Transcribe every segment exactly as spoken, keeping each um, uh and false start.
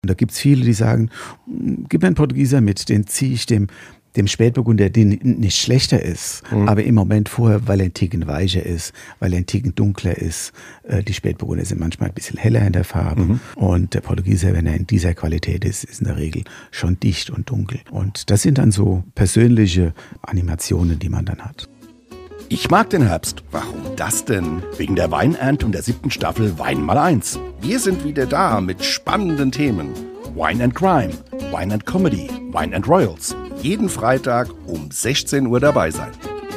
da gibt es viele, die sagen, gib mir einen Portugieser mit, den ziehe ich dem, dem Spätburgunder, der nicht schlechter ist, mhm. aber im Moment vorher, weil er ein Ticken weicher ist, weil er ein Ticken dunkler ist. Die Spätburgunder sind manchmal ein bisschen heller in der Farbe. Mhm. Und der Portugieser, wenn er in dieser Qualität ist, ist in der Regel schon dicht und dunkel. Und das sind dann so persönliche Animationen, die man dann hat. Ich mag den Herbst. Warum das denn? Wegen der Weinernte und der siebten Staffel Wein mal eins. Wir sind wieder da mit spannenden Themen. Wine and Crime, Wine and Comedy, Wine and Royals. Jeden Freitag um sechzehn Uhr dabei sein.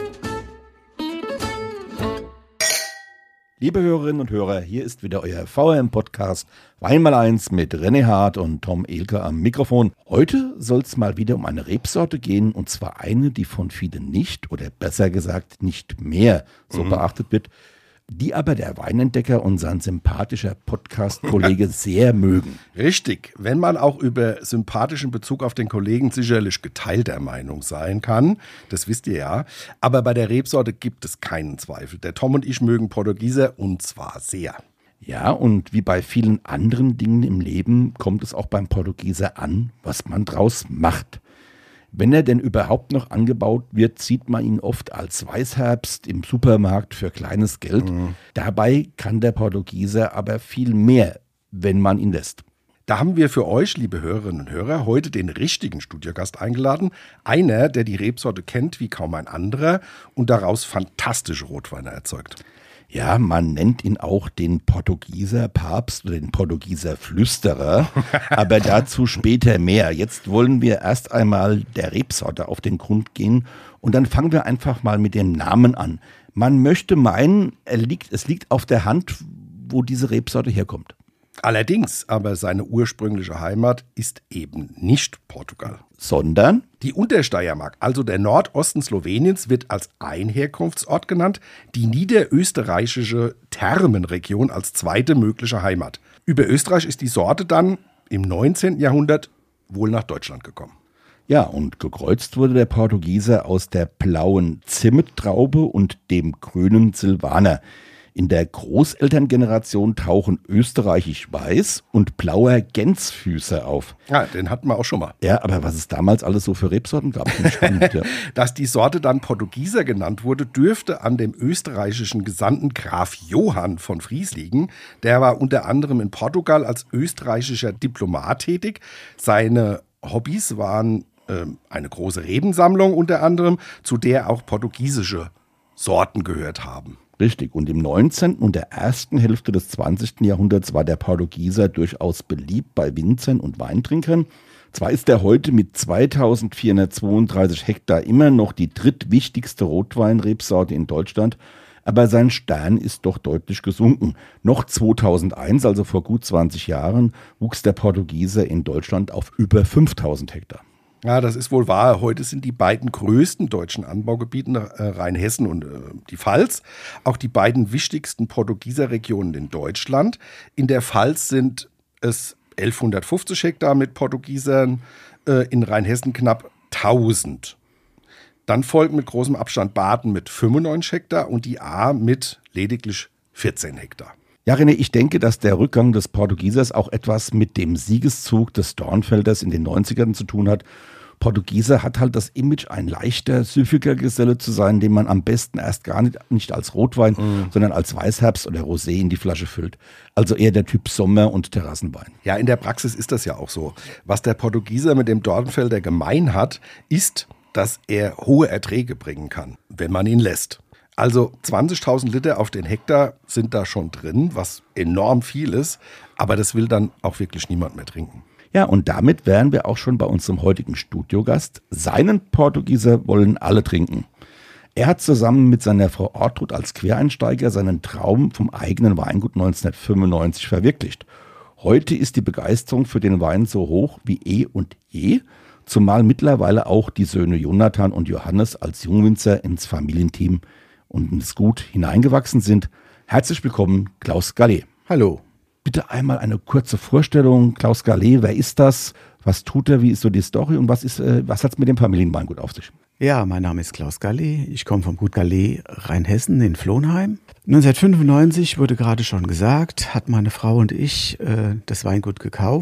Liebe Hörerinnen und Hörer, hier ist wieder euer V R M-Podcast Wein mal eins mit René Hart und Tom Ehlke am Mikrofon. Heute soll es mal wieder um eine Rebsorte gehen, und zwar eine, die von vielen nicht, oder besser gesagt nicht mehr so mhm. beachtet wird, die aber der Weinentdecker und sein sympathischer Podcast-Kollege sehr mögen. Richtig, wenn man auch über sympathischen Bezug auf den Kollegen sicherlich geteilter Meinung sein kann, das wisst ihr ja, aber bei der Rebsorte gibt es keinen Zweifel. Der Tom und ich mögen Portugieser, und zwar sehr. Ja, und wie bei vielen anderen Dingen im Leben kommt es auch beim Portugieser an, was man draus macht. Wenn er denn überhaupt noch angebaut wird, sieht man ihn oft als Weißherbst im Supermarkt für kleines Geld. Mhm. Dabei kann der Portugieser aber viel mehr, wenn man ihn lässt. Da haben wir für euch, liebe Hörerinnen und Hörer, heute den richtigen Studiogast eingeladen. Einer, der die Rebsorte kennt wie kaum ein anderer und daraus fantastische Rotweine erzeugt. Ja, man nennt ihn auch den Portugieser Papst oder den Portugieser Flüsterer, aber dazu später mehr. Jetzt wollen wir erst einmal der Rebsorte auf den Grund gehen, und dann fangen wir einfach mal mit dem Namen an. Man möchte meinen, er liegt, es liegt auf der Hand, wo diese Rebsorte herkommt. Allerdings, aber seine ursprüngliche Heimat ist eben nicht Portugal. Sondern? Die Untersteiermark, also der Nordosten Sloweniens, wird als ein Herkunftsort genannt, die niederösterreichische Thermenregion als zweite mögliche Heimat. Über Österreich ist die Sorte dann im neunzehnten Jahrhundert wohl nach Deutschland gekommen. Ja, und gekreuzt wurde der Portugieser aus der blauen Zimmettraube und dem grünen Silvaner. In der Großelterngeneration tauchen österreichisch weiß und blauer Gänsfüßer auf. Ja, den hatten wir auch schon mal. Ja, aber was es damals alles so für Rebsorten gab, spannend, ja. Dass die Sorte dann Portugieser genannt wurde, dürfte an dem österreichischen Gesandten Graf Johann von Vries liegen. Der war unter anderem in Portugal als österreichischer Diplomat tätig. Seine Hobbys waren äh, eine große Rebensammlung unter anderem, zu der auch portugiesische Sorten gehört haben. Richtig. Und im neunzehnten und der ersten Hälfte des zwanzigsten Jahrhunderts war der Portugieser durchaus beliebt bei Winzern und Weintrinkern. Zwar ist er heute mit zweitausendvierhundertzweiunddreißig Hektar immer noch die drittwichtigste Rotweinrebsorte in Deutschland, aber sein Stern ist doch deutlich gesunken. Noch zweitausendeins, also vor gut zwanzig Jahren, wuchs der Portugieser in Deutschland auf über fünftausend Hektar. Ja, das ist wohl wahr. Heute sind die beiden größten deutschen Anbaugebieten, äh, Rheinhessen und äh, die Pfalz, auch die beiden wichtigsten Portugieserregionen in Deutschland. In der Pfalz sind es elfhundertfünfzig Hektar mit Portugiesern, äh, in Rheinhessen knapp tausend. Dann folgt mit großem Abstand Baden mit fünfundneunzig Hektar und die Ahr mit lediglich vierzehn Hektar. Ja, René, ich denke, dass der Rückgang des Portugiesers auch etwas mit dem Siegeszug des Dornfelders in den neunzigern zu tun hat. Portugieser hat halt das Image, ein leichter, süffiger Geselle zu sein, den man am besten erst gar nicht, nicht als Rotwein, mm. sondern als Weißherbst oder Rosé in die Flasche füllt. Also eher der Typ Sommer- und Terrassenwein. Ja, in der Praxis ist das ja auch so. Was der Portugieser mit dem Dornfelder gemein hat, ist, dass er hohe Erträge bringen kann, wenn man ihn lässt. Also zwanzigtausend Liter auf den Hektar sind da schon drin, was enorm viel ist, aber das will dann auch wirklich niemand mehr trinken. Ja, und damit wären wir auch schon bei unserem heutigen Studiogast. Seinen Portugieser wollen alle trinken. Er hat zusammen mit seiner Frau Ortrud als Quereinsteiger seinen Traum vom eigenen Weingut neunzehnhundertfünfundneunzig verwirklicht. Heute ist die Begeisterung für den Wein so hoch wie eh und je, zumal mittlerweile auch die Söhne Jonathan und Johannes als Jungwinzer ins Familienteam und ins Gut hineingewachsen sind. Herzlich willkommen, Klaus Gallet. Hallo. Bitte einmal eine kurze Vorstellung. Klaus Gallet, wer ist das? Was tut er? Wie ist so die Story? Und was ist, äh, was hat es mit dem Familienweingut auf sich? Ja, mein Name ist Klaus Gallet. Ich komme vom Gut Gallet Rheinhessen in Flohnheim. neunzehnhundertfünfundneunzig, wurde gerade schon gesagt, hat meine Frau und ich äh, das Weingut gekauft.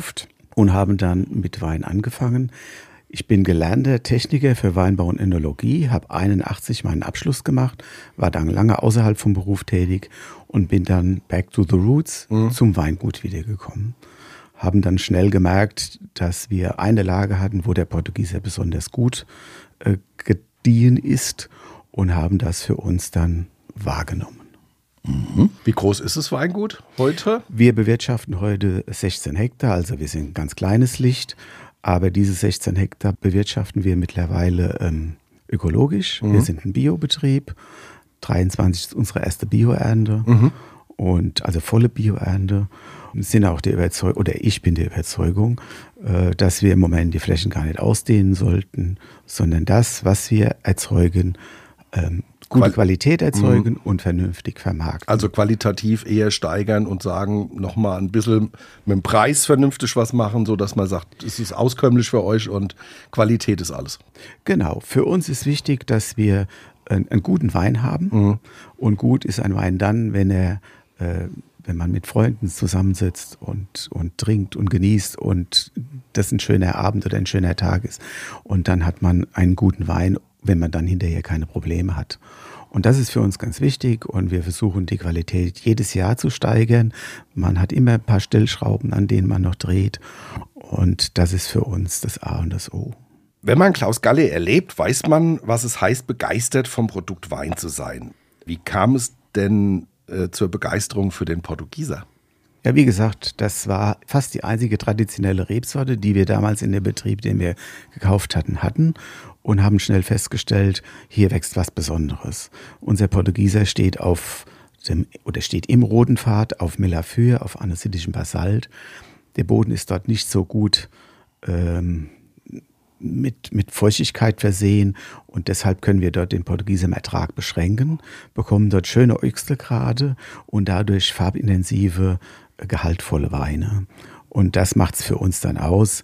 und haben dann mit Wein angefangen. Ich bin gelernter Techniker für Weinbau und Önologie, habe einundachtzig meinen Abschluss gemacht, war dann lange außerhalb vom Beruf tätig und bin dann back to the roots mhm. zum Weingut wiedergekommen. Haben dann schnell gemerkt, dass wir eine Lage hatten, wo der Portugieser besonders gut äh, gediehen ist und haben das für uns dann wahrgenommen. Mhm. Wie groß ist das Weingut heute? Wir bewirtschaften heute sechzehn Hektar, also wir sind ein ganz kleines Licht. Aber diese sechzehn Hektar bewirtschaften wir mittlerweile ähm, ökologisch. Mhm. Wir sind ein Biobetrieb. dreiundzwanzig ist unsere erste Bioernte. Mhm. Und also volle Bioernte. Wir sind auch der Überzeugung, oder ich bin der Überzeugung, äh, dass wir im Moment die Flächen gar nicht ausdehnen sollten, sondern das, was wir erzeugen, ähm, gute Qual- Qualität erzeugen mhm. und vernünftig vermarkten. Also qualitativ eher steigern und sagen, nochmal ein bisschen mit dem Preis vernünftig was machen, sodass man sagt, es ist auskömmlich für euch und Qualität ist alles. Genau. Für uns ist wichtig, dass wir einen, einen guten Wein haben. Mhm. Und gut ist ein Wein dann, wenn er, äh, wenn man mit Freunden zusammensitzt und, und trinkt und genießt und das ein schöner Abend oder ein schöner Tag ist. Und dann hat man einen guten Wein, wenn man dann hinterher keine Probleme hat. Und das ist für uns ganz wichtig und wir versuchen die Qualität jedes Jahr zu steigern. Man hat immer ein paar Stellschrauben, an denen man noch dreht und das ist für uns das A und das O. Wenn man Klaus Galle erlebt, weiß man, was es heißt, begeistert vom Produkt Wein zu sein. Wie kam es denn äh, zur Begeisterung für den Portugieser? Ja, wie gesagt, das war fast die einzige traditionelle Rebsorte, die wir damals in dem Betrieb, den wir gekauft hatten, hatten und haben schnell festgestellt, hier wächst was Besonderes. Unser Portugieser steht auf dem, oder steht im Roten Pfad auf Melaphyr, auf andesitischem Basalt. Der Boden ist dort nicht so gut ähm, mit, mit Feuchtigkeit versehen und deshalb können wir dort den Portugieser im Ertrag beschränken, bekommen dort schöne Öchselgrade und dadurch farbintensive, gehaltvolle Weine. Und das macht es für uns dann aus.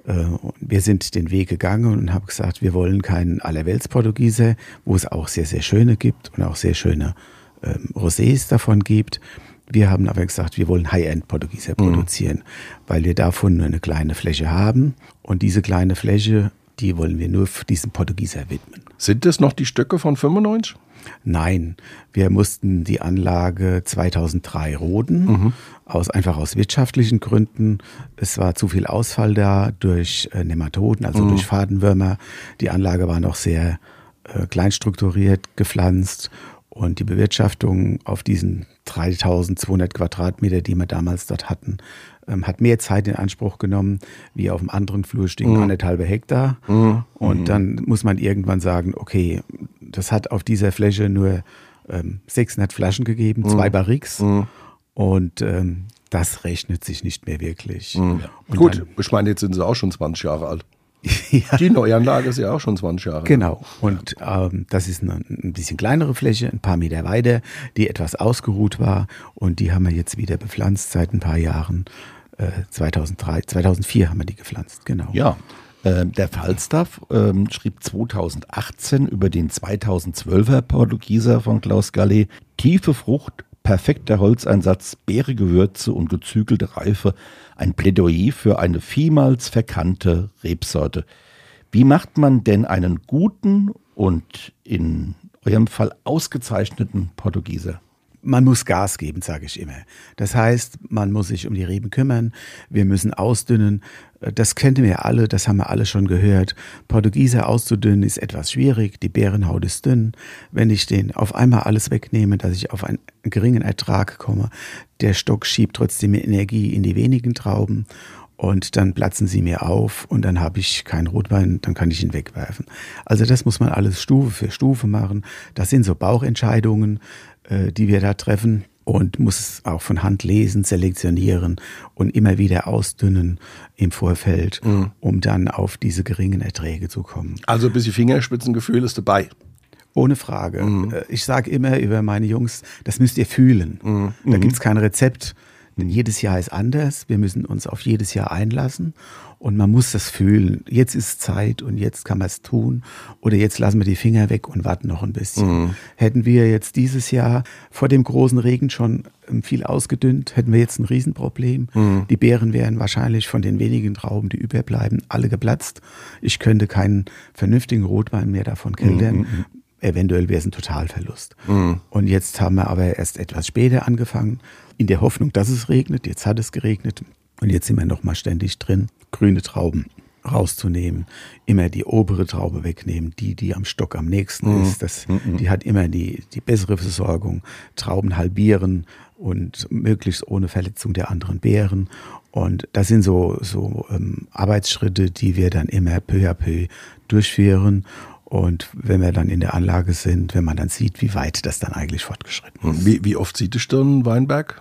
Wir sind den Weg gegangen und haben gesagt, wir wollen keinen Allerwelts-Portugieser, wo es auch sehr, sehr schöne gibt und auch sehr schöne ähm, Rosés davon gibt. Wir haben aber gesagt, wir wollen High-End-Portugieser mhm. produzieren, weil wir davon nur eine kleine Fläche haben. Und diese kleine Fläche, die wollen wir nur für diesen Portugieser widmen. Sind das noch die Stöcke von fünfundneunzig? Nein, wir mussten die Anlage zweitausenddrei roden, mhm. aus, einfach aus wirtschaftlichen Gründen. Es war zu viel Ausfall da durch äh, Nematoden, also mhm. durch Fadenwürmer. Die Anlage war noch sehr äh, klein strukturiert, gepflanzt und die Bewirtschaftung auf diesen dreitausendzweihundert Quadratmeter, die wir damals dort hatten, ähm, hat mehr Zeit in Anspruch genommen, wie auf dem anderen Flurstück mhm. anderthalb Hektar. Mhm. Und mhm. dann muss man irgendwann sagen, okay, das hat auf dieser Fläche nur ähm, sechshundert Flaschen gegeben, mhm. zwei Barriques. Mhm. Und ähm, das rechnet sich nicht mehr wirklich. Mhm. Gut, dann, ich meine, jetzt sind sie auch schon zwanzig Jahre alt. Ja. Die Neuanlage ist ja auch schon zwanzig Jahre alt. Genau. Und ähm, das ist eine ein bisschen kleinere Fläche, ein paar Meter weiter, die etwas ausgeruht war. Und die haben wir jetzt wieder bepflanzt seit ein paar Jahren. Äh, zweitausenddrei, zweitausendvier haben wir die gepflanzt, genau. Ja. Der Falstaff ähm, schrieb zweitausendachtzehn über den zweitausendzwölfer Portugieser von Klaus Galle: tiefe Frucht, perfekter Holzeinsatz, bärige Würze und gezügelte Reife. Ein Plädoyer für eine vielmals verkannte Rebsorte. Wie macht man denn einen guten und in eurem Fall ausgezeichneten Portugieser? Man muss Gas geben, sage ich immer. Das heißt, man muss sich um die Reben kümmern, wir müssen ausdünnen. Das kennen wir alle, das haben wir alle schon gehört. Portugieser auszudünnen ist etwas schwierig, die Beerenhaut ist dünn. Wenn ich den auf einmal alles wegnehme, dass ich auf einen geringen Ertrag komme, der Stock schiebt trotzdem Energie in die wenigen Trauben und dann platzen sie mir auf und dann habe ich keinen Rotwein, dann kann ich ihn wegwerfen. Also das muss man alles Stufe für Stufe machen. Das sind so Bauchentscheidungen, die wir da treffen und muss es auch von Hand lesen, selektionieren und immer wieder ausdünnen im Vorfeld, mhm. um dann auf diese geringen Erträge zu kommen. Also ein bisschen Fingerspitzengefühl ist dabei. Ohne Frage. Mhm. Ich sage immer über meine Jungs, das müsst ihr fühlen. Mhm. Da gibt es kein Rezept. Denn jedes Jahr ist anders. Wir müssen uns auf jedes Jahr einlassen und man muss das fühlen. Jetzt ist Zeit und jetzt kann man es tun. Oder jetzt lassen wir die Finger weg und warten noch ein bisschen. Mhm. Hätten wir jetzt dieses Jahr vor dem großen Regen schon viel ausgedünnt, hätten wir jetzt ein Riesenproblem. Mhm. Die Beeren wären wahrscheinlich von den wenigen Trauben, die überbleiben, alle geplatzt. Ich könnte keinen vernünftigen Rotwein mehr davon keltern. Mhm. Eventuell wäre es ein Totalverlust. Mhm. Und jetzt haben wir aber erst etwas später angefangen, in der Hoffnung, dass es regnet. Jetzt hat es geregnet und jetzt sind wir noch mal ständig drin, grüne Trauben rauszunehmen, immer die obere Traube wegnehmen, die, die am Stock am nächsten mhm. ist. Das, mhm. Die hat immer die, die bessere Versorgung. Trauben halbieren und möglichst ohne Verletzung der anderen Beeren. Und das sind so, so ähm, Arbeitsschritte, die wir dann immer peu à peu durchführen. Und wenn wir dann in der Anlage sind, wenn man dann sieht, wie weit das dann eigentlich fortgeschritten ist. Wie, wie oft sieht es dann Weinberg?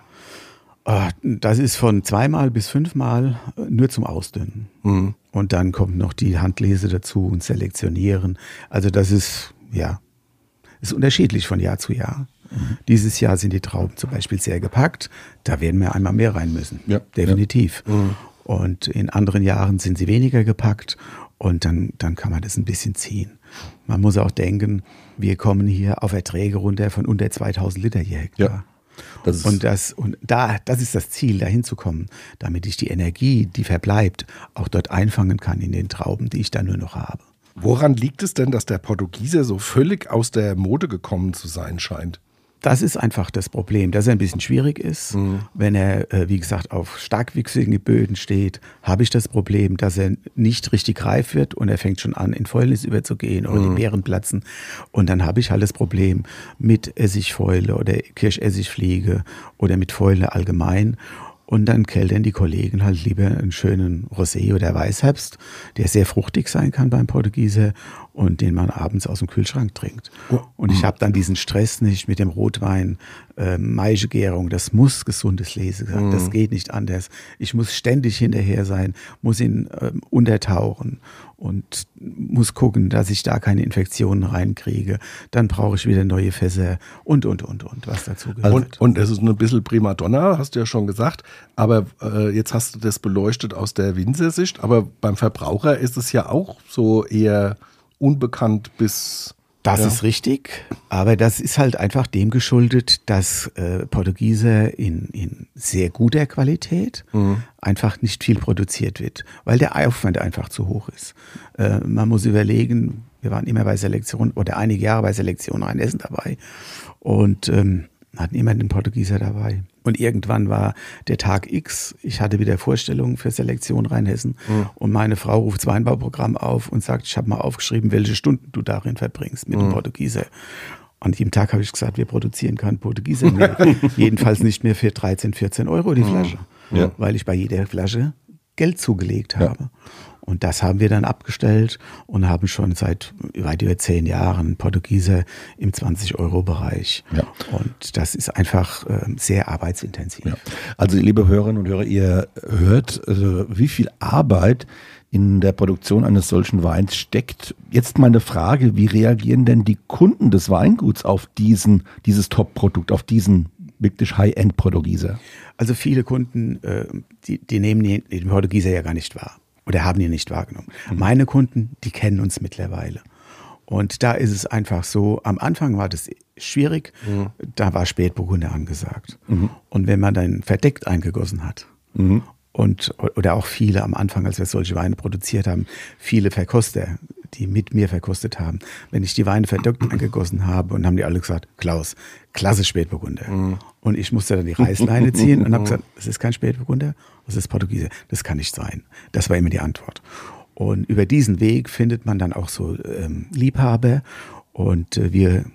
Das ist von zweimal bis fünfmal nur zum Ausdünnen. Mhm. Und dann kommt noch die Handlese dazu und Selektionieren. Also das ist, ja, ist unterschiedlich von Jahr zu Jahr. Mhm. Dieses Jahr sind die Trauben zum Beispiel sehr gepackt. Da werden wir einmal mehr rein müssen. Ja. Definitiv. Ja. Mhm. Und in anderen Jahren sind sie weniger gepackt. Und dann, dann kann man das ein bisschen ziehen. Man muss auch denken, wir kommen hier auf Erträge runter von unter zweitausend Liter je Hektar. Ja, das ist und das, und da, das ist das Ziel, dahin zu kommen, damit ich die Energie, die verbleibt, auch dort einfangen kann in den Trauben, die ich da nur noch habe. Woran liegt es denn, dass der Portugieser so völlig aus der Mode gekommen zu sein scheint? Das ist einfach das Problem, dass er ein bisschen schwierig ist. Mhm. Wenn er, äh, wie gesagt, auf starkwüchsigen Böden steht, habe ich das Problem, dass er nicht richtig reif wird und er fängt schon an, in Fäulnis überzugehen oder mhm. die Beeren platzen. Und dann habe ich halt das Problem mit Essigfäule oder Kirschessigfliege oder mit Fäule allgemein. Und dann keltern die Kollegen halt lieber einen schönen Rosé oder Weißherbst, der sehr fruchtig sein kann beim Portugieser und den man abends aus dem Kühlschrank trinkt. Und ich habe dann diesen Stress nicht mit dem Rotwein, äh, Maishegärung, das muss gesundes Lese sein, das geht nicht anders. Ich muss ständig hinterher sein, muss ihn äh, untertauchen und muss gucken, dass ich da keine Infektionen reinkriege. Dann brauche ich wieder neue Fässer und, und, und, und, was dazu gehört. Und, und es ist ein bisschen Primadonna, hast du ja schon gesagt, aber äh, jetzt hast du das beleuchtet aus der Winzersicht, aber beim Verbraucher ist es ja auch so eher unbekannt bis... Das ja. ist richtig, aber das ist halt einfach dem geschuldet, dass äh, Portugieser in, in sehr guter Qualität mhm. einfach nicht viel produziert wird, weil der Aufwand einfach zu hoch ist. Äh, man muss überlegen, wir waren immer bei Selektion oder einige Jahre bei Selektion Rheinhessen dabei und ähm, hatten immer den Portugieser dabei. Und irgendwann war der Tag X, ich hatte wieder Vorstellungen für Selektion Rheinhessen mhm. und meine Frau ruft das Weinbauprogramm auf und sagt, ich habe mal aufgeschrieben, welche Stunden du darin verbringst mit mhm. dem Portugieser. Und an jedem Tag habe ich gesagt, wir produzieren keinen Portugieser mehr. Jedenfalls nicht mehr für dreizehn, vierzehn Euro die Flasche, ja. weil ich bei jeder Flasche Geld zugelegt habe. Ja. Und das haben wir dann abgestellt und haben schon seit weit über zehn Jahren Portugieser im zwanzig-Euro-Bereich. Ja. Und das ist einfach äh, sehr arbeitsintensiv. Ja. Also liebe Hörerinnen und Hörer, ihr hört, also, wie viel Arbeit in der Produktion eines solchen Weins steckt. Jetzt meine Frage, wie reagieren denn die Kunden des Weinguts auf diesen, dieses Top-Produkt, auf diesen wirklich High-End-Portugieser? Also viele Kunden, äh, die, die nehmen den Portugieser ja gar nicht wahr. Oder haben ihn nicht wahrgenommen. Mhm. Meine Kunden, die kennen uns mittlerweile. Und da ist es einfach so, am Anfang war das schwierig, mhm. da war Spätburgunder angesagt. Mhm. Und wenn man dann verdeckt eingegossen hat, mhm. und oder auch viele am Anfang, als wir solche Weine produziert haben, viele Verkoster, die mit mir verkostet haben, wenn ich die Weine verdeckt eingegossen habe und haben die alle gesagt, Klaus, klasse Spätburgunder. Mhm. Und ich musste dann die Reißleine ziehen und habe gesagt, es ist kein Spätburgunder, es ist Portugieser. Das kann nicht sein. Das war immer die Antwort. Und über diesen Weg findet man dann auch so ähm, Liebhaber und äh, wir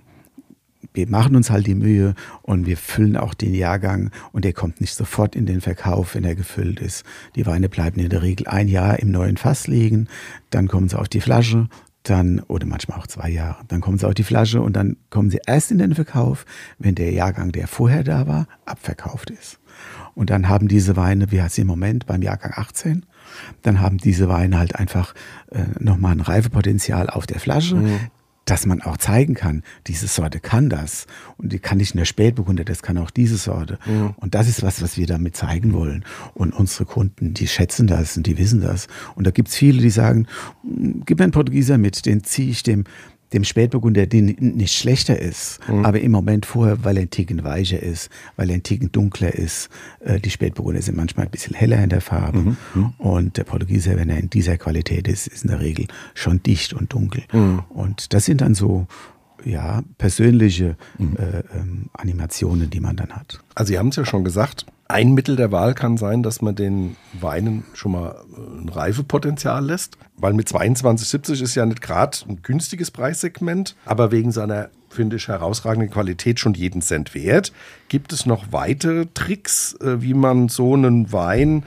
Wir machen uns halt die Mühe und wir füllen auch den Jahrgang und der kommt nicht sofort in den Verkauf, wenn er gefüllt ist. Die Weine bleiben in der Regel ein Jahr im neuen Fass liegen, dann kommen sie auf die Flasche, dann oder manchmal auch zwei Jahre, dann kommen sie auf die Flasche und dann kommen sie erst in den Verkauf, wenn der Jahrgang, der vorher da war, abverkauft ist. Und dann haben diese Weine, wie heißt sie im Moment, beim Jahrgang achtzehn, dann haben diese Weine halt einfach äh, nochmal ein Reifepotenzial auf der Flasche. Mhm. dass man auch zeigen kann, diese Sorte kann das und die kann nicht nur Spätburgunder, das kann auch diese Sorte. Mhm. Und das ist was, was wir damit zeigen wollen. Und unsere Kunden, die schätzen das und die wissen das. Und da gibt es viele, die sagen, gib mir einen Portugieser mit, den ziehe ich dem dem Spätburgunder, der nicht schlechter ist, mhm. aber im Moment vorher, weil er ein Ticken weicher ist, weil er ein Ticken dunkler ist. Die Spätburgunder sind manchmal ein bisschen heller in der Farbe. Mhm. Und der Portugieser, wenn er in dieser Qualität ist, ist in der Regel schon dicht und dunkel. Mhm. Und das sind dann so ja, persönliche mhm. äh, ähm, Animationen, die man dann hat. Also Sie haben es ja schon gesagt, ein Mittel der Wahl kann sein, dass man den Weinen schon mal ein Reifepotenzial lässt, weil mit zweiundzwanzig siebzig ist ja nicht gerade ein günstiges Preissegment, aber wegen seiner, finde ich, herausragenden Qualität schon jeden Cent wert. Gibt es noch weitere Tricks, wie man so einen Wein,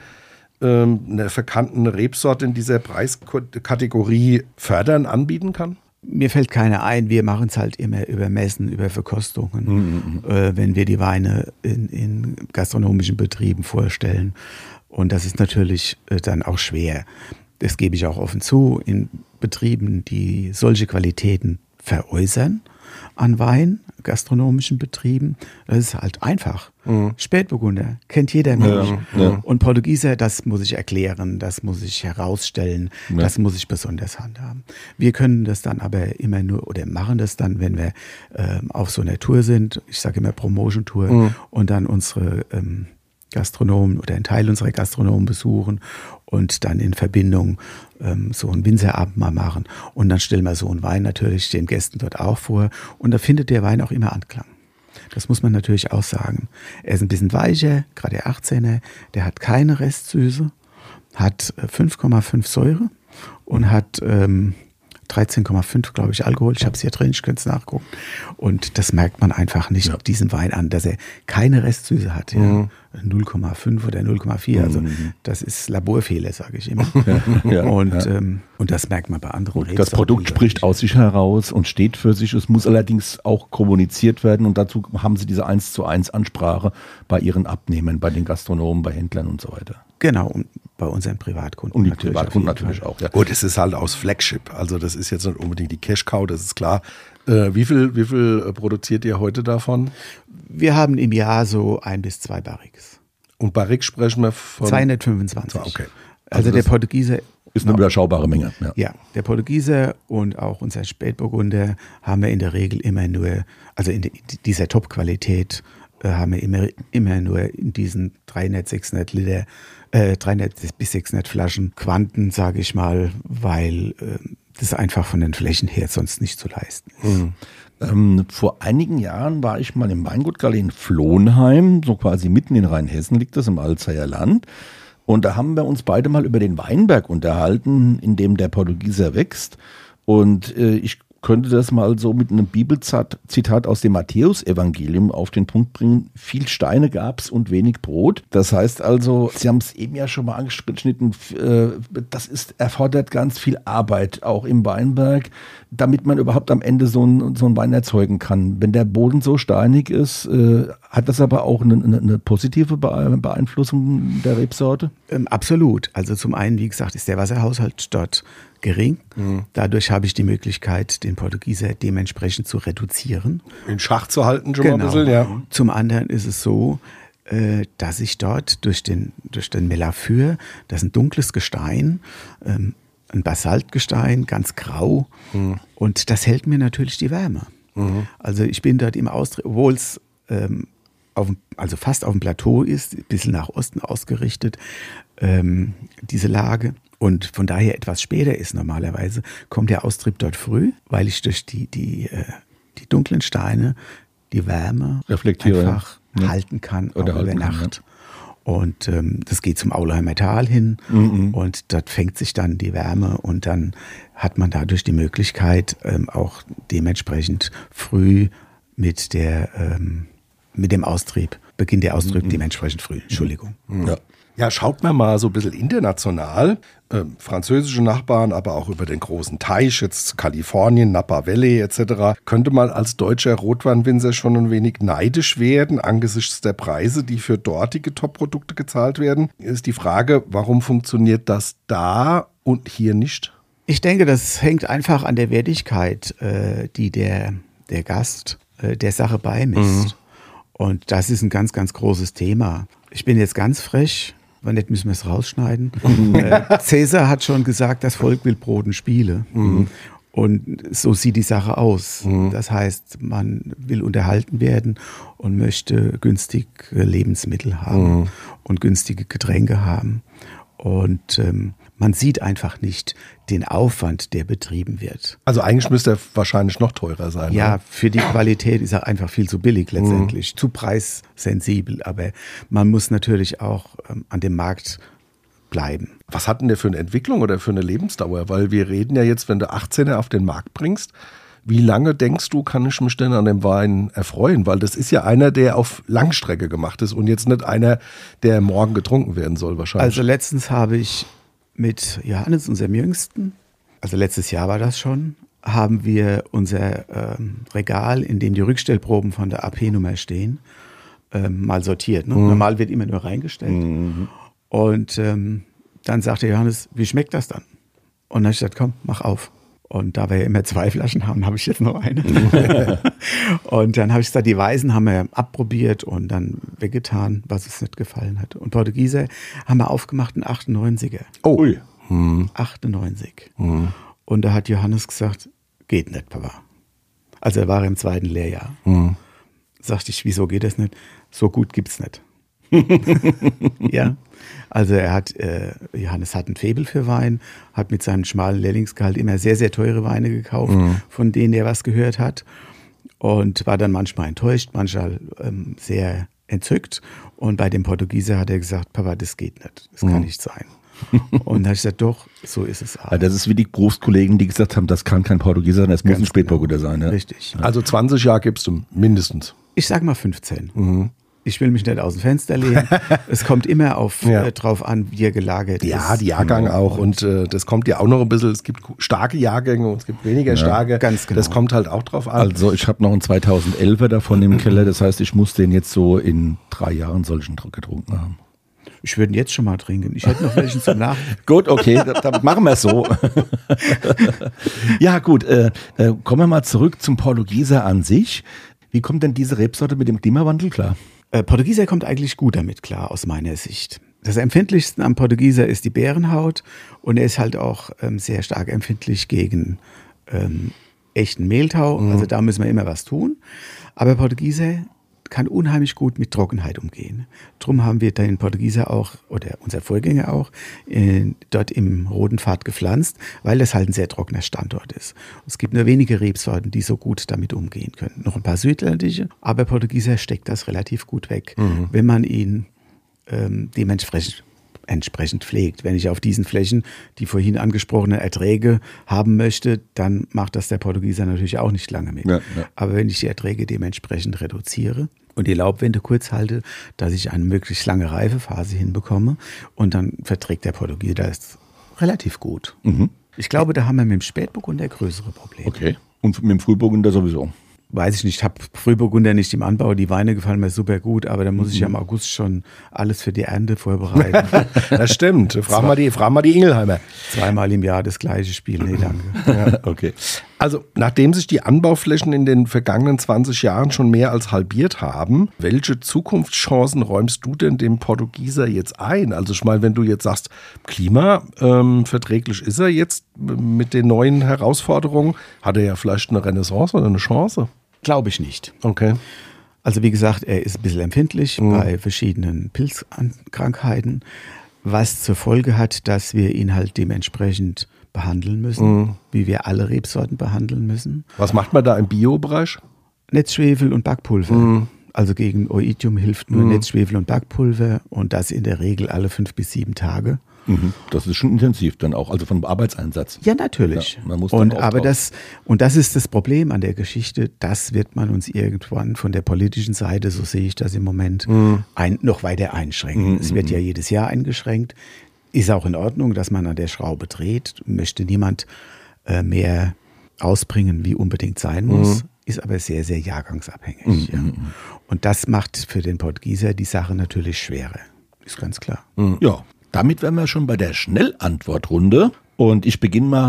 eine verkannte Rebsorte in dieser Preiskategorie fördern, anbieten kann? Mir fällt keiner ein, wir machen es halt immer über Messen, über Verkostungen, mhm. äh, wenn wir die Weine in, in gastronomischen Betrieben vorstellen. Und das ist natürlich äh, dann auch schwer. Das gebe ich auch offen zu, in Betrieben, die solche Qualitäten veräußern an Wein, gastronomischen Betrieben. Das ist halt einfach. Mhm. Spätburgunder kennt jeder Mensch. Ja, ja. Und Portugieser, das muss ich erklären, das muss ich herausstellen, ja. das muss ich besonders handhaben. Wir können das dann aber immer nur, oder machen das dann, wenn wir ähm, auf so einer Tour sind, ich sage immer Promotion-Tour, mhm. und dann unsere ähm, Gastronomen oder einen Teil unserer Gastronomen besuchen und dann in Verbindung ähm, so einen Winzerabend mal machen. Und dann stellen wir so einen Wein natürlich den Gästen dort auch vor. Und da findet der Wein auch immer Anklang. Das muss man natürlich auch sagen. Er ist ein bisschen weicher, gerade der achtzehner, der hat keine Restsüße, hat fünf Komma fünf Säure und hat ähm, dreizehn Komma fünf, glaube ich, Alkohol. Ich habe es hier drin, ich könnte es nachgucken. Und das merkt man einfach nicht ja. diesem Wein an, dass er keine Restsüße hat. Ja. Mhm. null Komma fünf oder null Komma vier. Also mhm. das ist Laborfehler, sage ich immer. Ja, ja, und, ja. Ähm, und das merkt man bei anderen Rebsorten. Das Produkt spricht aus sich heraus und steht für sich. Es muss allerdings auch kommuniziert werden. Und dazu haben Sie diese eins zu eins Ansprache bei Ihren Abnehmern, bei den Gastronomen, bei Händlern und so weiter. Genau, und bei unseren Privatkunden. Und die natürlich Privatkunden natürlich auch. Ja. Gut, es ist halt aus Flagship. Also das ist jetzt nicht unbedingt die Cash-Cow, das ist klar. Äh, wie viel, wie viel produziert ihr heute davon? Wir haben im Jahr so ein bis zwei Barriques. Und Barrique sprechen wir von? zweihundertfünfundzwanzig. Okay. Also, also der Portugieser. Ist eine überschaubare Menge. Ja. ja, der Portugieser und auch unser Spätburgunder haben wir in der Regel immer nur, also in dieser Top-Qualität äh, haben wir immer, immer nur in diesen dreihundert, sechshundert Liter, äh, dreihundert bis sechshundert Flaschen Quanten, sage ich mal, weil äh, das einfach von den Flächen her sonst nicht zu leisten ist. Mhm. Ähm, vor einigen Jahren war ich mal im Weingut Galen Flohnheim, so quasi mitten in Rheinhessen liegt das, im Alzeier Land. Und da haben wir uns beide mal über den Weinberg unterhalten, in dem der Portugieser wächst. Und äh, ich könnte das mal so mit einem Bibelzitat aus dem Matthäus-Evangelium auf den Punkt bringen. Viel Steine gab's und wenig Brot. Das heißt also, Sie haben es eben ja schon mal angeschnitten, das ist, erfordert ganz viel Arbeit, auch im Weinberg, damit man überhaupt am Ende so einen, so einen Wein erzeugen kann. Wenn der Boden so steinig ist, hat das aber auch eine, eine positive Beeinflussung der Rebsorte? Ähm, absolut. Also zum einen, wie gesagt, ist der Wasserhaushalt dort gering. Mhm. Dadurch habe ich die Möglichkeit, den Portugieser dementsprechend zu reduzieren. In Schach zu halten schon genau. mal ein bisschen, ja. Zum anderen ist es so, äh, dass ich dort durch den, durch den Melaphyr, das ist ein dunkles Gestein, ähm, ein Basaltgestein, ganz grau, mhm. und das hält mir natürlich die Wärme. Mhm. Also ich bin dort im Austritt, obwohl es ähm, auf, also fast auf dem Plateau ist, ein bisschen nach Osten ausgerichtet, ähm, diese Lage. Und von daher etwas später ist normalerweise, kommt der Austrieb dort früh, weil ich durch die, die, äh, die dunklen Steine die Wärme Reflektiere, einfach ja. halten kann, Oder auch über Nacht. Kann, ja. Und ähm, das geht zum Aulheimer Tal hin, mhm. und dort fängt sich dann die Wärme und dann hat man dadurch die Möglichkeit, ähm, auch dementsprechend früh mit der ähm, mit dem Austrieb, Beginn der Austrieb mhm. dementsprechend früh, Entschuldigung. Mhm. Ja. Ja, schaut man mal so ein bisschen international, äh, französische Nachbarn, aber auch über den großen Teich, jetzt Kalifornien, Napa Valley et cetera, könnte man als deutscher Rotweinwinzer schon ein wenig neidisch werden angesichts der Preise, die für dortige Top-Produkte gezahlt werden. Ist die Frage, warum funktioniert das da und hier nicht? Ich denke, das hängt einfach an der Wertigkeit, äh, die der, der Gast äh, der Sache beimisst. Mhm. Und das ist ein ganz, ganz großes Thema. Ich bin jetzt ganz frech, wenn nicht, müssen wir es rausschneiden. äh, Cäsar hat schon gesagt, das Volk will Brot und Spiele. Mhm. Und so sieht die Sache aus. Mhm. Das heißt, man will unterhalten werden und möchte günstige Lebensmittel haben mhm. und günstige Getränke haben. Und ähm, man sieht einfach nicht den Aufwand, der betrieben wird. Also eigentlich müsste er wahrscheinlich noch teurer sein. Ja, oder? Für die Qualität ist er einfach viel zu billig letztendlich, mhm. zu preissensibel. Aber man muss natürlich auch ähm, an dem Markt bleiben. Was hat denn der für eine Entwicklung oder für eine Lebensdauer? Weil wir reden ja jetzt, wenn du achtzehner auf den Markt bringst, wie lange denkst du, kann ich mich denn an dem Wein erfreuen? Weil das ist ja einer, der auf Langstrecke gemacht ist und jetzt nicht einer, der morgen getrunken werden soll wahrscheinlich. Also letztens habe ich mit Johannes, unserem Jüngsten, also letztes Jahr war das schon, haben wir unser ähm, Regal, in dem die Rückstellproben von der A P-Nummer stehen, ähm, mal sortiert. Ne? Mhm. Normal wird immer nur reingestellt. Mhm. Und ähm, dann sagte Johannes, wie schmeckt das dann? Und dann habe ich gesagt, komm, mach auf. Und da wir ja immer zwei Flaschen haben, habe ich jetzt noch eine. Und dann habe ich gesagt, die Weißen haben wir abprobiert und dann weggetan, was uns nicht gefallen hat. Und Portugieser haben wir aufgemacht, einen achtundneunziger. Oh, ui. Hm. achtundneunzig. Hm. Und da hat Johannes gesagt, geht nicht, Papa. Also er war im zweiten Lehrjahr. Hm. Sagte ich, wieso geht das nicht? So gut gibt's nicht. Ja, also er hat, äh, Johannes hat ein Faible für Wein, hat mit seinem schmalen Lehrlingsgehalt immer sehr, sehr teure Weine gekauft, mhm. von denen er was gehört hat und war dann manchmal enttäuscht, manchmal ähm, sehr entzückt und bei dem Portugieser hat er gesagt, Papa, das geht nicht, das mhm. kann nicht sein. Und dann habe ich gesagt, doch, so ist es auch. Ja, das ist wie die Berufskollegen, die gesagt haben, das kann kein Portugieser sein, das muss ein Spätburgunder genau. sein. Ja? Richtig. Also zwanzig Jahre gibst du mindestens. Ich sage mal fünfzehn. Mhm. Ich will mich nicht aus dem Fenster lehnen. Es kommt immer auf, ja. äh, drauf an, wie er gelagert ja, ist. Ja, die Jahrgang auch. Und äh, das kommt ja auch noch ein bisschen. Es gibt starke Jahrgänge und es gibt weniger ja, starke. Ganz genau. Das kommt halt auch drauf an. Also ich habe noch einen zweitausendelfer davon im Keller. Das heißt, ich muss den jetzt so in drei Jahren solchen getrunken haben. Ich würde ihn jetzt schon mal trinken. Ich hätte noch welchen zum Nach. Gut, okay, dann machen wir es so. Ja gut, äh, äh, kommen wir mal zurück zum Portugieser an sich. Wie kommt denn diese Rebsorte mit dem Klimawandel klar? Äh, Portugieser kommt eigentlich gut damit klar, aus meiner Sicht. Das empfindlichste am Portugieser ist die Bärenhaut und er ist halt auch ähm, sehr stark empfindlich gegen ähm, echten Mehltau. Mhm. Also da müssen wir immer was tun. Aber Portugieser kann unheimlich gut mit Trockenheit umgehen. Drum haben wir den Portugieser auch, oder unser Vorgänger auch, äh, dort im Roten Pfad gepflanzt, weil das halt ein sehr trockener Standort ist. Es gibt nur wenige Rebsorten, die so gut damit umgehen können. Noch ein paar südländische, aber Portugieser steckt das relativ gut weg, mhm. wenn man ihn ähm, dementsprechend entsprechend pflegt. Wenn ich auf diesen Flächen die vorhin angesprochenen Erträge haben möchte, dann macht das der Portugieser natürlich auch nicht lange mit. Ja, ja. Aber wenn ich die Erträge dementsprechend reduziere und die Laubwände kurz halte, dass ich eine möglichst lange Reifephase hinbekomme und dann verträgt der Portugieser das relativ gut. Mhm. Ich glaube, da haben wir mit dem Spätburgunder größere Probleme. Okay. Und mit dem Frühburgunder sowieso? Weiß ich nicht, ich habe Frühburgunder nicht im Anbau, die Weine gefallen mir super gut, aber da muss ich ja im August schon alles für die Ernte vorbereiten. Das stimmt, frag mal die, frag mal die Ingelheimer. Zweimal im Jahr das gleiche Spiel, nee, danke. Ja, okay. Also, nachdem sich die Anbauflächen in den vergangenen zwanzig Jahren schon mehr als halbiert haben, welche Zukunftschancen räumst du denn dem Portugieser jetzt ein? Also, ich meine, wenn du jetzt sagst, Klima, ähm, verträglich ist er jetzt mit den neuen Herausforderungen, hat er ja vielleicht eine Renaissance oder eine Chance? Glaube ich nicht. Okay. Also wie gesagt, er ist ein bisschen empfindlich mhm. bei verschiedenen Pilzkrankheiten, was zur Folge hat, dass wir ihn halt dementsprechend behandeln müssen, mhm. wie wir alle Rebsorten behandeln müssen. Was macht man da im Bio-Bereich? Netzschwefel und Backpulver. Mhm. Also gegen Oidium hilft nur mhm. Netzschwefel und Backpulver und das in der Regel alle fünf bis sieben Tage. Mhm. Das ist schon intensiv dann auch, also vom Arbeitseinsatz. Ja, natürlich. Ja, man muss und, aber das, und das ist das Problem an der Geschichte, das wird man uns irgendwann von der politischen Seite, so sehe ich das im Moment, mhm. ein, noch weiter einschränken. Mhm. Es wird ja jedes Jahr eingeschränkt. Ist auch in Ordnung, dass man an der Schraube dreht. Möchte niemand äh, mehr ausbringen, wie unbedingt sein muss. Mhm. Ist aber sehr, sehr jahrgangsabhängig. Mhm. Ja. Und das macht für den Portugieser die Sache natürlich schwerer. Ist ganz klar. Mhm. Ja. Damit wären wir schon bei der Schnellantwortrunde und ich beginne mal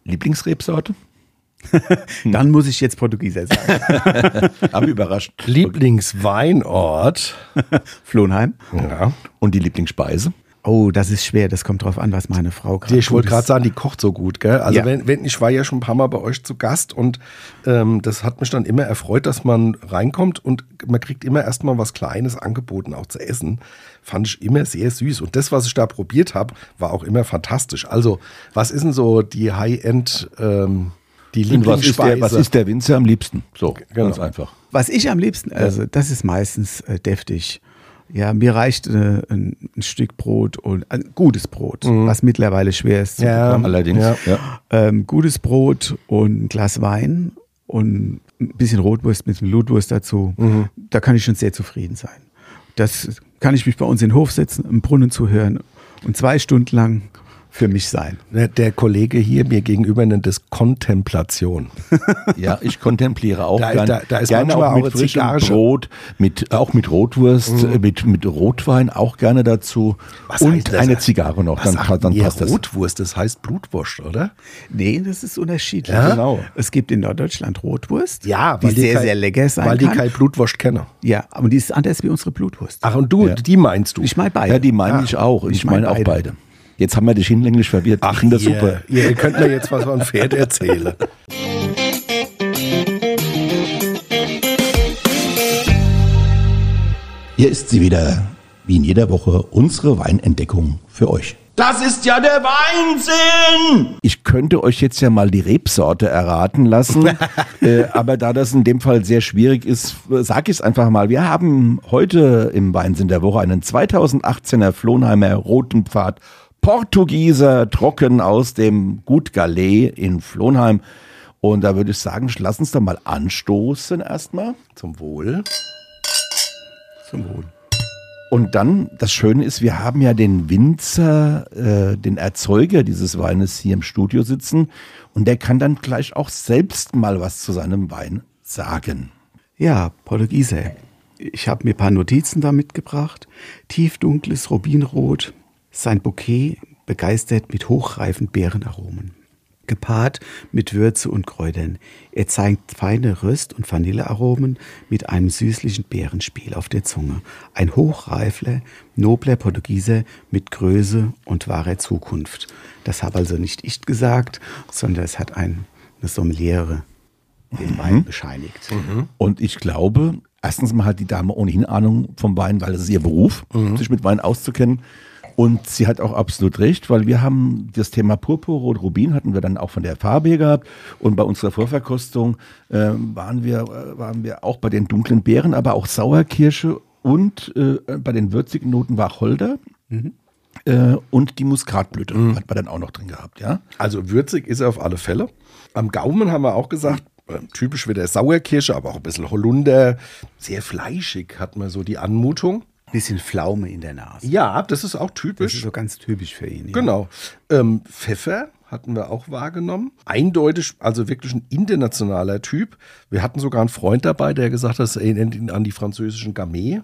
Lieblingsrebsorte? Dann muss ich jetzt Portugieser sagen. Haben überrascht. Lieblingsweinort? Flohnheim. Ja. Und die Lieblingsspeise? Oh, das ist schwer. Das kommt drauf an, was meine Frau gerade Ich wollte gerade sagen, die kocht so gut, gell? Also Ja. wenn, wenn ich war ja schon ein paar Mal bei euch zu Gast und ähm, das hat mich dann immer erfreut, dass man reinkommt und man kriegt immer erstmal was Kleines angeboten, auch zu essen. Fand ich immer sehr süß. Und das, was ich da probiert habe, war auch immer fantastisch. Also, was ist denn so die High-End, ähm, die Und was ist, der, Lieblingsspeise? was ist der Winzer am liebsten? So, Genau. ganz einfach. Was ich am liebsten, also das ist meistens äh, deftig. Ja, mir reicht äh, ein, ein Stück Brot und ein gutes Brot, was mittlerweile schwer ist zu Ja. bekommen. Allerdings. Ja. Ja. Ähm, gutes Brot und ein Glas Wein und ein bisschen Rotwurst mit Blutwurst dazu. Da kann ich schon sehr zufrieden sein. Das kann ich mich bei uns in den Hof setzen, im Brunnen zuhören und zwei Stunden lang für mich sein. Der, der Kollege hier mir gegenüber nennt es Kontemplation. Ja, ich kontempliere auch Da- gern, da- da ist gerne manchmal auch auch mit eine frischem Zigarre. Brot, mit, auch mit Rotwurst, äh, mit, mit Rotwein auch gerne dazu Was und heißt das? eine Zigarre noch, Was dann, sagt pa- dann ihr? passt das. Rotwurst, das heißt Blutwurst, oder? Nee, das ist unterschiedlich. Ja? Genau. Es gibt in Norddeutschland Rotwurst, Ja, die weil die sehr, kein- sehr lecker sein Weil die kann. kein Blutwurst kennen. Ja, aber die ist anders wie unsere Blutwurst. Ach, und du, die meinst du? Ich meine beide. Ja, die meine ich auch. Ich, ich mein meine auch beide. beide. Jetzt haben wir dich hinlänglich verwirrt. ich finde das ihr, super. Ihr, ihr könnt mir jetzt was von Pferd erzählen. Hier ist sie wieder, wie in jeder Woche, unsere Weinentdeckung für euch. Das ist ja der Weinsinn! Ich könnte euch jetzt ja mal die Rebsorte erraten lassen, äh, aber da das in dem Fall sehr schwierig ist, sage ich es einfach mal. Wir haben heute im Weinsinn der Woche einen zweitausendachtzehner Flohnheimer Roten Pfad Portugieser trocken aus dem Gut Gallet in Flohnheim. Und da würde ich sagen, lass uns doch mal anstoßen erstmal. Zum Wohl. Zum Wohl. Und dann, das Schöne ist, wir haben ja den Winzer, äh, den Erzeuger dieses Weines hier im Studio sitzen und der kann dann gleich auch selbst mal was zu seinem Wein sagen. Ja, Portugieser. Ich habe mir ein paar Notizen da mitgebracht. Tiefdunkles Rubinrot, sein Bouquet begeistert mit hochreifen Beerenaromen. Gepaart mit Würze und Kräutern. Er zeigt feine Röst- und Vanillearomen mit einem süßlichen Beerenspiel auf der Zunge. Ein hochreifler, nobler Portugieser mit Größe und wahrer Zukunft. Das habe also nicht ich gesagt, sondern es hat ein, eine Sommeliere den Wein bescheinigt. Und ich glaube, erstens mal hat die Dame ohnehin Ahnung vom Wein, weil es ist ihr Beruf, sich mit Wein auszukennen. Und sie hat auch absolut recht, weil wir haben das Thema Purpurrot Rubin hatten wir dann auch von der Farbe her gehabt. Und bei unserer Vorverkostung äh, waren, wir, äh, waren wir auch bei den dunklen Beeren, aber auch Sauerkirsche und äh, bei den würzigen Noten Wacholder äh, und die Muskatblüte hat man dann auch noch drin gehabt, ja. Also würzig ist er auf alle Fälle. Am Gaumen haben wir auch gesagt, äh, typisch wieder Sauerkirsche, aber auch ein bisschen Holunder. Sehr fleischig hat man so die Anmutung. Bisschen Pflaume in der Nase. Ja, das ist auch Das typisch. ist so ganz typisch für ihn. Ja. Genau. Ähm, Pfeffer hatten wir auch wahrgenommen. Eindeutig, also wirklich ein internationaler Typ. Wir hatten sogar einen Freund dabei, der gesagt hat, es erinnert ihn an die französischen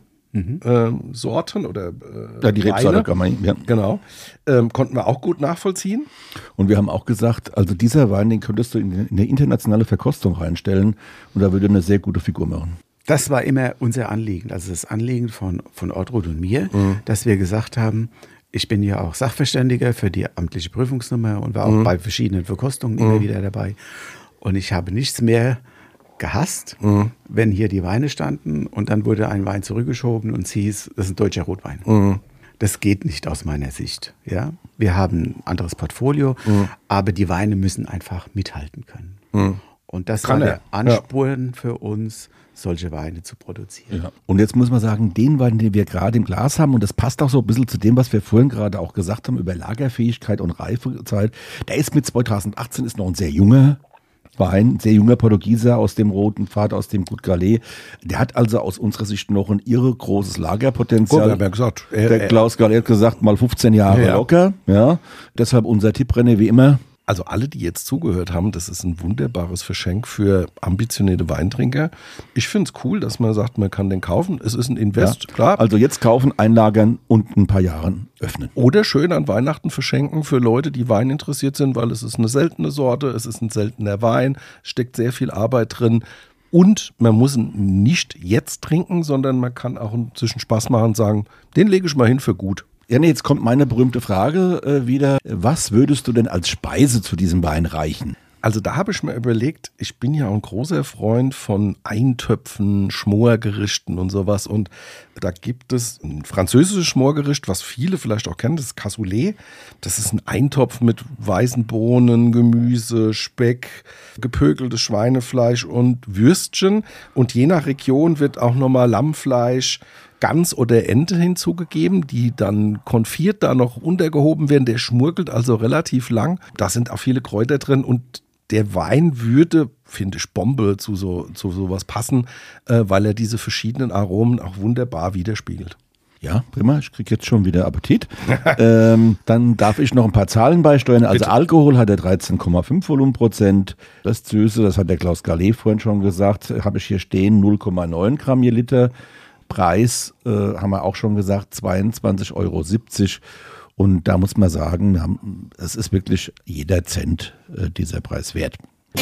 Gamay-Sorten oder äh, Ja, die Rebsorte Weine. kann man, ja. Genau. Ähm, konnten wir auch gut nachvollziehen. Und wir haben auch gesagt, also dieser Wein, den könntest du in in eine internationale Verkostung reinstellen und da würde eine sehr gute Figur machen. Das war immer unser Anliegen, also das Anliegen von, von Ortrud und mir, Mhm. dass wir gesagt haben, ich bin ja auch Sachverständiger für die amtliche Prüfungsnummer und war auch Mhm. bei verschiedenen Verkostungen immer wieder dabei. Und ich habe nichts mehr gehasst, Mhm. wenn hier die Weine standen und dann wurde ein Wein zurückgeschoben und es hieß, das ist ein deutscher Rotwein. Mhm. Das geht nicht aus meiner Sicht. Ja? Wir haben ein anderes Portfolio, Mhm. aber die Weine müssen einfach mithalten können. Und das Kann war er, der Ansporn für uns, solche Weine zu produzieren. Ja. Und jetzt muss man sagen, den Wein, den wir gerade im Glas haben, und das passt auch so ein bisschen zu dem, was wir vorhin gerade auch gesagt haben über Lagerfähigkeit und Reifezeit, der ist mit zweitausendachtzehn ist noch ein sehr junger Wein, ein sehr junger Portugieser aus dem Roten Pfad, aus dem Gut Gallet. Der hat also aus unserer Sicht noch ein irre großes Lagerpotenzial. Gut, wir haben ja gesagt, er- der er- Klaus Gallet hat gesagt, mal fünfzehn Jahre Ja. locker. Ja. Deshalb unser Tipp, René, wie immer, Also alle, die jetzt zugehört haben, das ist ein wunderbares Verschenk für ambitionierte Weintrinker. Ich finde es cool, dass man sagt, man kann den kaufen. Es ist ein Invest, ja. klar. Also jetzt kaufen, einlagern und ein paar Jahren öffnen. Oder schön an Weihnachten verschenken für Leute, die Wein interessiert sind, weil es ist eine seltene Sorte, es ist ein seltener Wein, steckt sehr viel Arbeit drin. Und man muss ihn nicht jetzt trinken, sondern man kann auch einen Zwischenspaß machen und sagen, den lege ich mal hin für gut. Ja, nee, jetzt kommt meine berühmte Frage äh, wieder. Was würdest du denn als Speise zu diesem Wein reichen? Also da habe ich mir überlegt, ich bin ja auch ein großer Freund von Eintöpfen, Schmorgerichten und sowas. Und da gibt es ein französisches Schmorgericht, was viele vielleicht auch kennen, das ist Cassoulet. Das ist ein Eintopf mit weißen Bohnen, Gemüse, Speck, gepökeltes Schweinefleisch und Würstchen. Und je nach Region wird auch nochmal Lammfleisch, Gans oder Ente hinzugegeben, die dann konfiert da noch untergehoben werden. Der schmurgelt also relativ lang. Da sind auch viele Kräuter drin und der Wein würde, finde ich, Bombe zu so zu sowas passen, äh, weil er diese verschiedenen Aromen auch wunderbar widerspiegelt. Ja, prima, ich kriege jetzt schon wieder Appetit. ähm, dann darf ich noch ein paar Zahlen beisteuern. Also Bitte. Alkohol hat er dreizehn Komma fünf Volumenprozent. Das Süße, das hat der Klaus Gallet vorhin schon gesagt, habe ich hier stehen, null Komma neun Gramm je Liter. Preis, äh, haben wir auch schon gesagt, zweiundzwanzig Euro siebzig. Und da muss man sagen, wir haben, es ist wirklich jeder Cent äh, dieser Preis wert.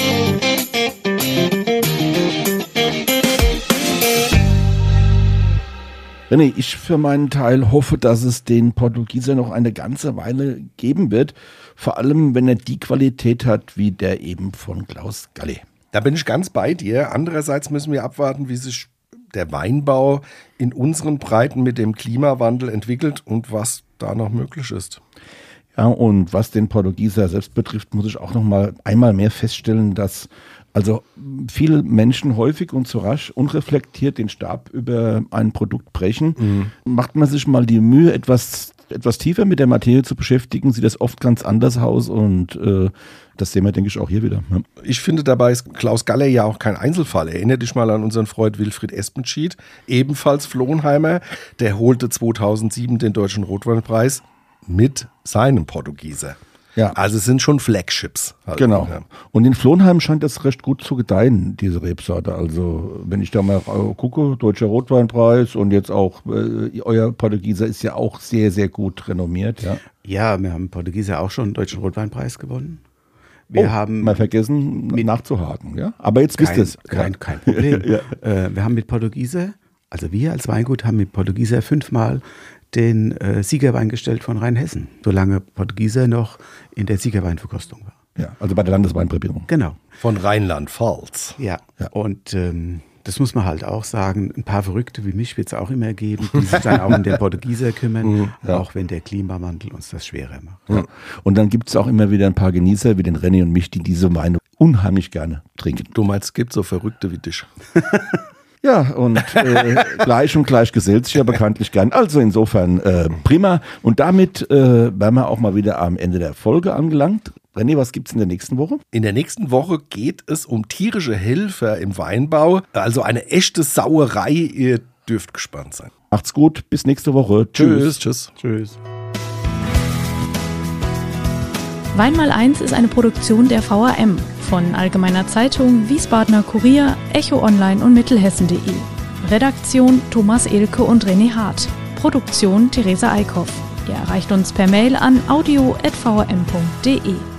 René, ich für meinen Teil hoffe, dass es den Portugieser noch eine ganze Weile geben wird. Vor allem, wenn er die Qualität hat, wie der eben von Klaus Gallet. Da bin ich ganz bei dir. Andererseits müssen wir abwarten, wie sich der Weinbau in unseren Breiten mit dem Klimawandel entwickelt und was da noch möglich ist. Ja, und was den Portugieser selbst betrifft, muss ich auch noch mal einmal mehr feststellen, dass also viele Menschen häufig und zu rasch unreflektiert den Stab über ein Produkt brechen. Mhm. Macht man sich mal die Mühe, etwas, etwas tiefer mit der Materie zu beschäftigen, sieht das oft ganz anders aus und äh, das sehen wir, denke ich, auch hier wieder. Ja. Ich finde, dabei ist Klaus Gallet ja auch kein Einzelfall. Erinnere dich mal an unseren Freund Wilfried Espenschied, ebenfalls Flohnheimer. Der holte zweitausendsieben den Deutschen Rotweinpreis mit seinem Portugieser. Ja. Also es sind schon Flagships. Halt. Genau. Ja. Und in Flohnheim scheint das recht gut zu gedeihen, diese Rebsorte. Also wenn ich da mal gucke, Deutscher Rotweinpreis und jetzt auch äh, euer Portugieser ist ja auch sehr, sehr gut renommiert. Ja, ja, wir haben Portugieser auch schon einen Deutschen Rotweinpreis gewonnen. Wir oh, haben mal vergessen nachzuhaken, ja. Aber jetzt wisst ihr es. Kein, kein Problem. ja. äh, wir haben mit Portugieser, also wir als Weingut haben mit Portugieser fünfmal den äh, Siegerwein gestellt von Rheinhessen, solange Portugieser noch in der Siegerweinverkostung war. Ja, also bei der Landesweinprämierung. Genau. Von Rheinland-Pfalz. Ja, ja. Und ähm, das muss man halt auch sagen, ein paar Verrückte wie mich wird es auch immer geben, die sich dann auch um den Portugieser kümmern, ja. Auch wenn der Klimawandel uns das schwerer macht. Ja. Und dann gibt es auch immer wieder ein paar Genießer, wie den René und mich, die diese Weine unheimlich gerne trinken. Du meinst, es gibt so Verrückte wie dich. Ja, und äh, gleich und gleich gesellt sich ja bekanntlich gern. Also insofern äh, prima. Und damit äh, wären wir auch mal wieder am Ende der Folge angelangt. René, was gibt's in der nächsten Woche? In der nächsten Woche geht es um tierische Helfer im Weinbau. Also eine echte Sauerei. Ihr dürft gespannt sein. Macht's gut. Bis nächste Woche. Tschüss. Tschüss. Tschüss. Wein mal eins ist eine Produktion der V A M von Allgemeiner Zeitung, Wiesbadener Kurier, Echo Online und Mittelhessen punkt de. Redaktion Thomas Elke und René Hart. Produktion Theresa Eickhoff. Ihr erreicht uns per Mail an audio at v a m punkt de.